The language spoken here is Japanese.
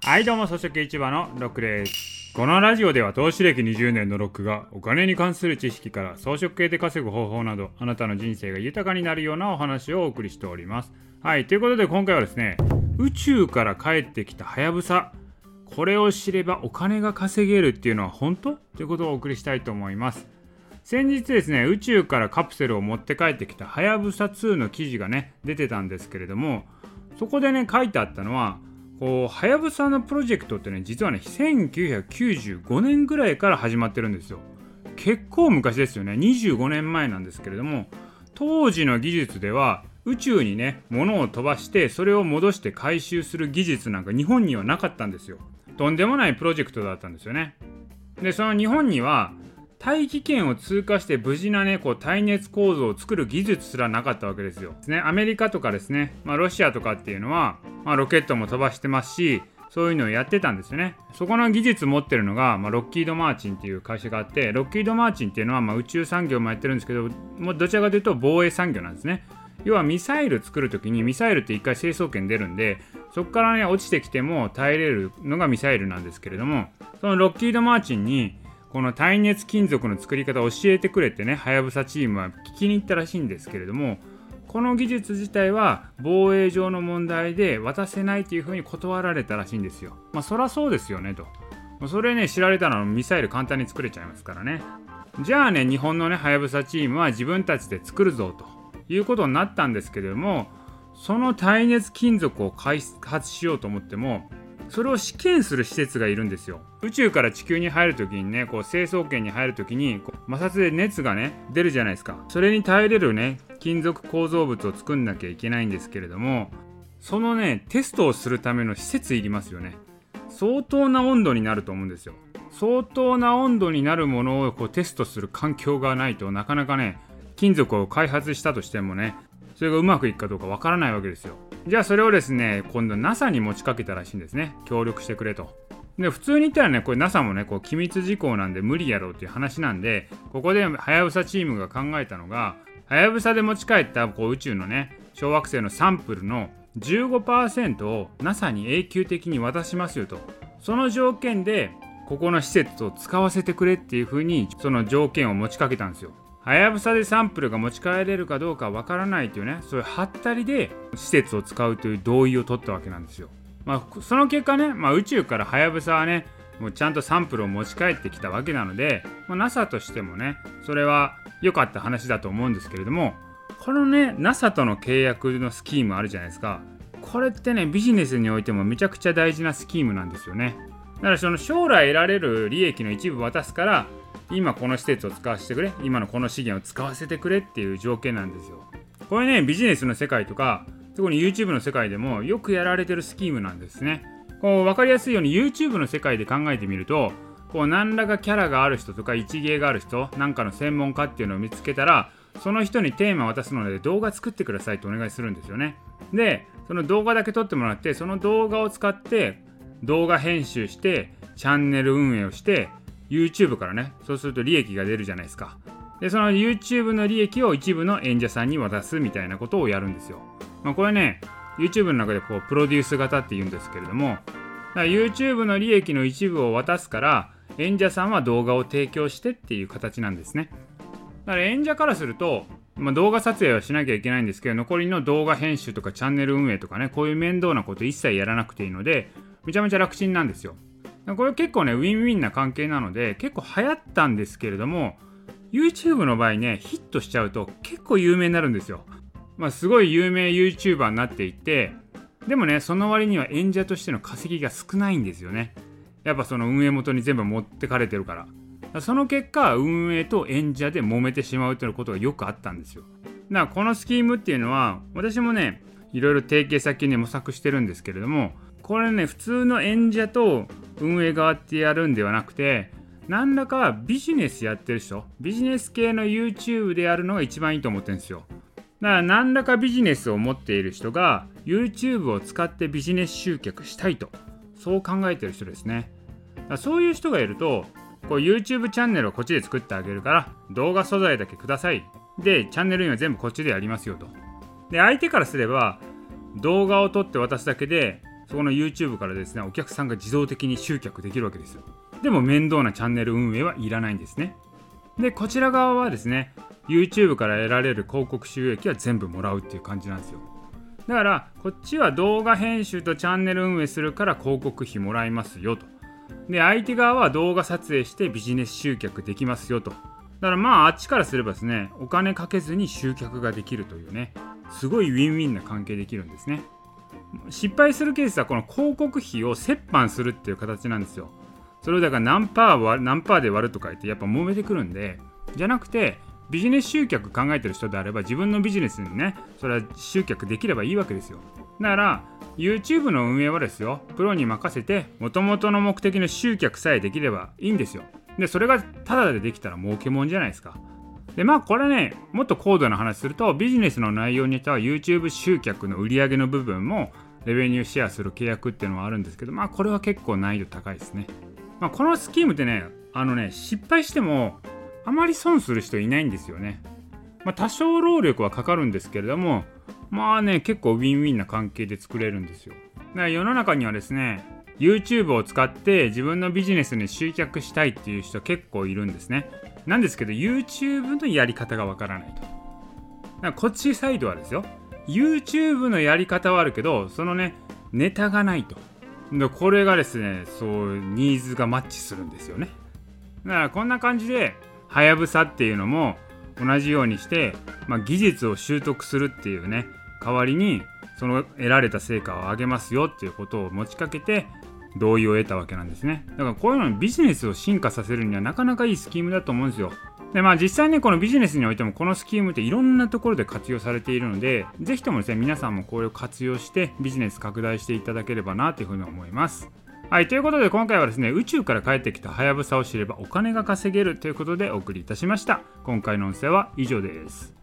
はいどうも、草食市場のロックです。このラジオでは投資歴20年のロックがお金に関する知識から装飾系で稼ぐ方法など、あなたの人生が豊かになるようなお話をお送りしております。はい、ということで今回はですね、宇宙から帰ってきたはやぶさ、これを知ればお金が稼げるっていうのは本当ということをお送りしたいと思います。先日ですね、宇宙からカプセルを持って帰ってきたはやぶさ2の記事がね出てたんですけれども、そこでね書いてあったのは、はやぶさのプロジェクトってね、実はね1995年ぐらいから始まってるんですよ。結構昔ですよね。25年前なんですけれども、当時の技術では宇宙にね物を飛ばしてそれを戻して回収する技術なんか日本にはなかったんですよ。とんでもないプロジェクトだったんですよね。でその日本には大気圏を通過して無事なね耐熱構造を作る技術すらなかったわけですよ。アメリカとかですね、ロシアとかっていうのは、ロケットも飛ばしてますし、そういうのをやってたんですよね。そこの技術持ってるのが、ロッキード・マーチンっていう会社があって、ロッキード・マーチンっていうのは、宇宙産業もやってるんですけど、もうどちらかというと防衛産業なんですね。要はミサイル作るときに、ミサイルって一回成層圏出るんで、そこからね落ちてきても耐えれるのがミサイルなんですけれども、そのロッキード・マーチンにこの耐熱金属の作り方を教えてくれてね、はやぶさチームは聞きに行ったらしいんですけれども、この技術自体は防衛上の問題で渡せないというふうに断られたらしいんですよ。そりゃそうですよねと。それね知られたらミサイル簡単に作れちゃいますからね。じゃあね、日本のねはやぶさチームは自分たちで作るぞということになったんですけれども、その耐熱金属を開発しようと思っても、それを試験する施設がいるんですよ。宇宙から地球に入るときにね、成層圏に入るときに摩擦で熱がね出るじゃないですか。それに耐えれるね金属構造物を作んなきゃいけないんですけれども、そのねテストをするための施設いりますよね。相当な温度になると思うんですよ。相当な温度になるものをテストする環境がないと、なかなかね金属を開発したとしてもね、それがうまくいくかどうかわからないわけですよ。じゃあそれをですね、今度 NASA に持ちかけたらしいんですね。協力してくれと。で普通に言ったらね、これ NASA もね機密事項なんで無理やろうっていう話なんで、ここではやぶさチームが考えたのが、はやぶさで持ち帰った宇宙のね小惑星のサンプルの 15% を NASA に永久的に渡しますよと。その条件でここの施設を使わせてくれっていう風にその条件を持ちかけたんですよ。はやぶさでサンプルが持ち帰れるかどうかわからないというね、そういうハッタリで施設を使うという同意を取ったわけなんですよ。その結果ね、宇宙からはやぶさはねもうちゃんとサンプルを持ち帰ってきたわけなので、NASA としてもねそれは良かった話だと思うんですけれども、このね NASA との契約のスキームあるじゃないですか。これってねビジネスにおいてもめちゃくちゃ大事なスキームなんですよね。だからその将来得られる利益の一部渡すから、今この施設を使わせてくれ、今のこの資源を使わせてくれっていう条件なんですよ。これねビジネスの世界とか特に YouTube の世界でもよくやられてるスキームなんですね。分かりやすいように YouTube の世界で考えてみると、何らかキャラがある人とか一芸がある人、なんかの専門家っていうのを見つけたら、その人にテーマを渡すので動画作ってくださいとお願いするんですよね。でその動画だけ撮ってもらって、その動画を使って動画編集してチャンネル運営をして YouTube からね、そうすると利益が出るじゃないですか。でその YouTube の利益を一部の演者さんに渡すみたいなことをやるんですよ。これね YouTube の中でプロデュース型って言うんですけれども、YouTube の利益の一部を渡すから演者さんは動画を提供してっていう形なんですね。だから演者からすると、動画撮影はしなきゃいけないんですけど、残りの動画編集とかチャンネル運営とかね、こういう面倒なこと一切やらなくていいので、めちゃめちゃ楽ちんなんですよ。これ結構ねウィンウィンな関係なので結構流行ったんですけれども、 YouTube の場合ねヒットしちゃうと結構有名になるんですよ。すごい有名 YouTuber になっていって、でもねその割には演者としての稼ぎが少ないんですよね。やっぱその運営元に全部持ってかれてるから。その結果運営と演者で揉めてしまうということがよくあったんですよ。だからこのスキームっていうのは私もねいろいろ提携先に模索してるんですけれども、これね普通の演者と運営側ってやるんではなくて、何らかビジネスやってる人、ビジネス系の YouTube でやるのが一番いいと思ってるんですよ。だから何らかビジネスを持っている人が YouTube を使ってビジネス集客したいと、そう考えてる人ですね。だからそういう人がいると、YouTube チャンネルをこっちで作ってあげるから動画素材だけください、でチャンネルには全部こっちでやりますよと。で相手からすれば動画を撮って渡すだけでそこの YouTube からですね、お客さんが自動的に集客できるわけですよ。でも面倒なチャンネル運営はいらないんですね。で、こちら側はですね、YouTube から得られる広告収益は全部もらうっていう感じなんですよ。だからこっちは動画編集とチャンネル運営するから広告費もらいますよと。で、相手側は動画撮影してビジネス集客できますよと。だからまああっちからすればですね、お金かけずに集客ができるというね、すごいウィンウィンな関係できるんですね。失敗するケースはこの広告費を折半するっていう形なんですよ。それをだから何パーで割るとか言ってやっぱ揉めてくるんで、じゃなくてビジネス集客考えてる人であれば自分のビジネスにね、それは集客できればいいわけですよ。だから YouTube の運営はですよ、プロに任せて元々の目的の集客さえできればいいんですよ。で、それがタダでできたら儲けもんじゃないですか。で、まあこれね、もっと高度な話すると、ビジネスの内容によっては YouTube 集客の売上の部分もレベニューシェアする契約っていうのはあるんですけど、まあこれは結構難易度高いですね。まあ、このスキームってね、失敗してもあまり損する人いないんですよね。まあ、多少労力はかかるんですけれども、まあね、結構ウィンウィンな関係で作れるんですよ。だから世の中にはですね、YouTube を使って自分のビジネスに集客したいっていう人結構いるんですね。なんですけど YouTube のやり方がわからないと。だからこっちサイドはですよ、YouTube のやり方はあるけど、そのね、ネタがないと。で、これがですね、そうニーズがマッチするんですよね。だからこんな感じではやぶさっていうのも同じようにして、技術を習得するっていうね、代わりにその得られた成果を上げますよっていうことを持ちかけて同意を得たわけなんですね。だからこういうのビジネスを進化させるにはなかなかいいスキームだと思うんですよ。で、実際ね、このビジネスにおいてもこのスキームっていろんなところで活用されているので、ぜひともですね、皆さんもこれを活用してビジネス拡大していただければなというふうに思います。はい、ということで今回はですね、宇宙から帰ってきたはやぶさを知ればお金が稼げるということでお送りいたしました。今回の音声は以上です。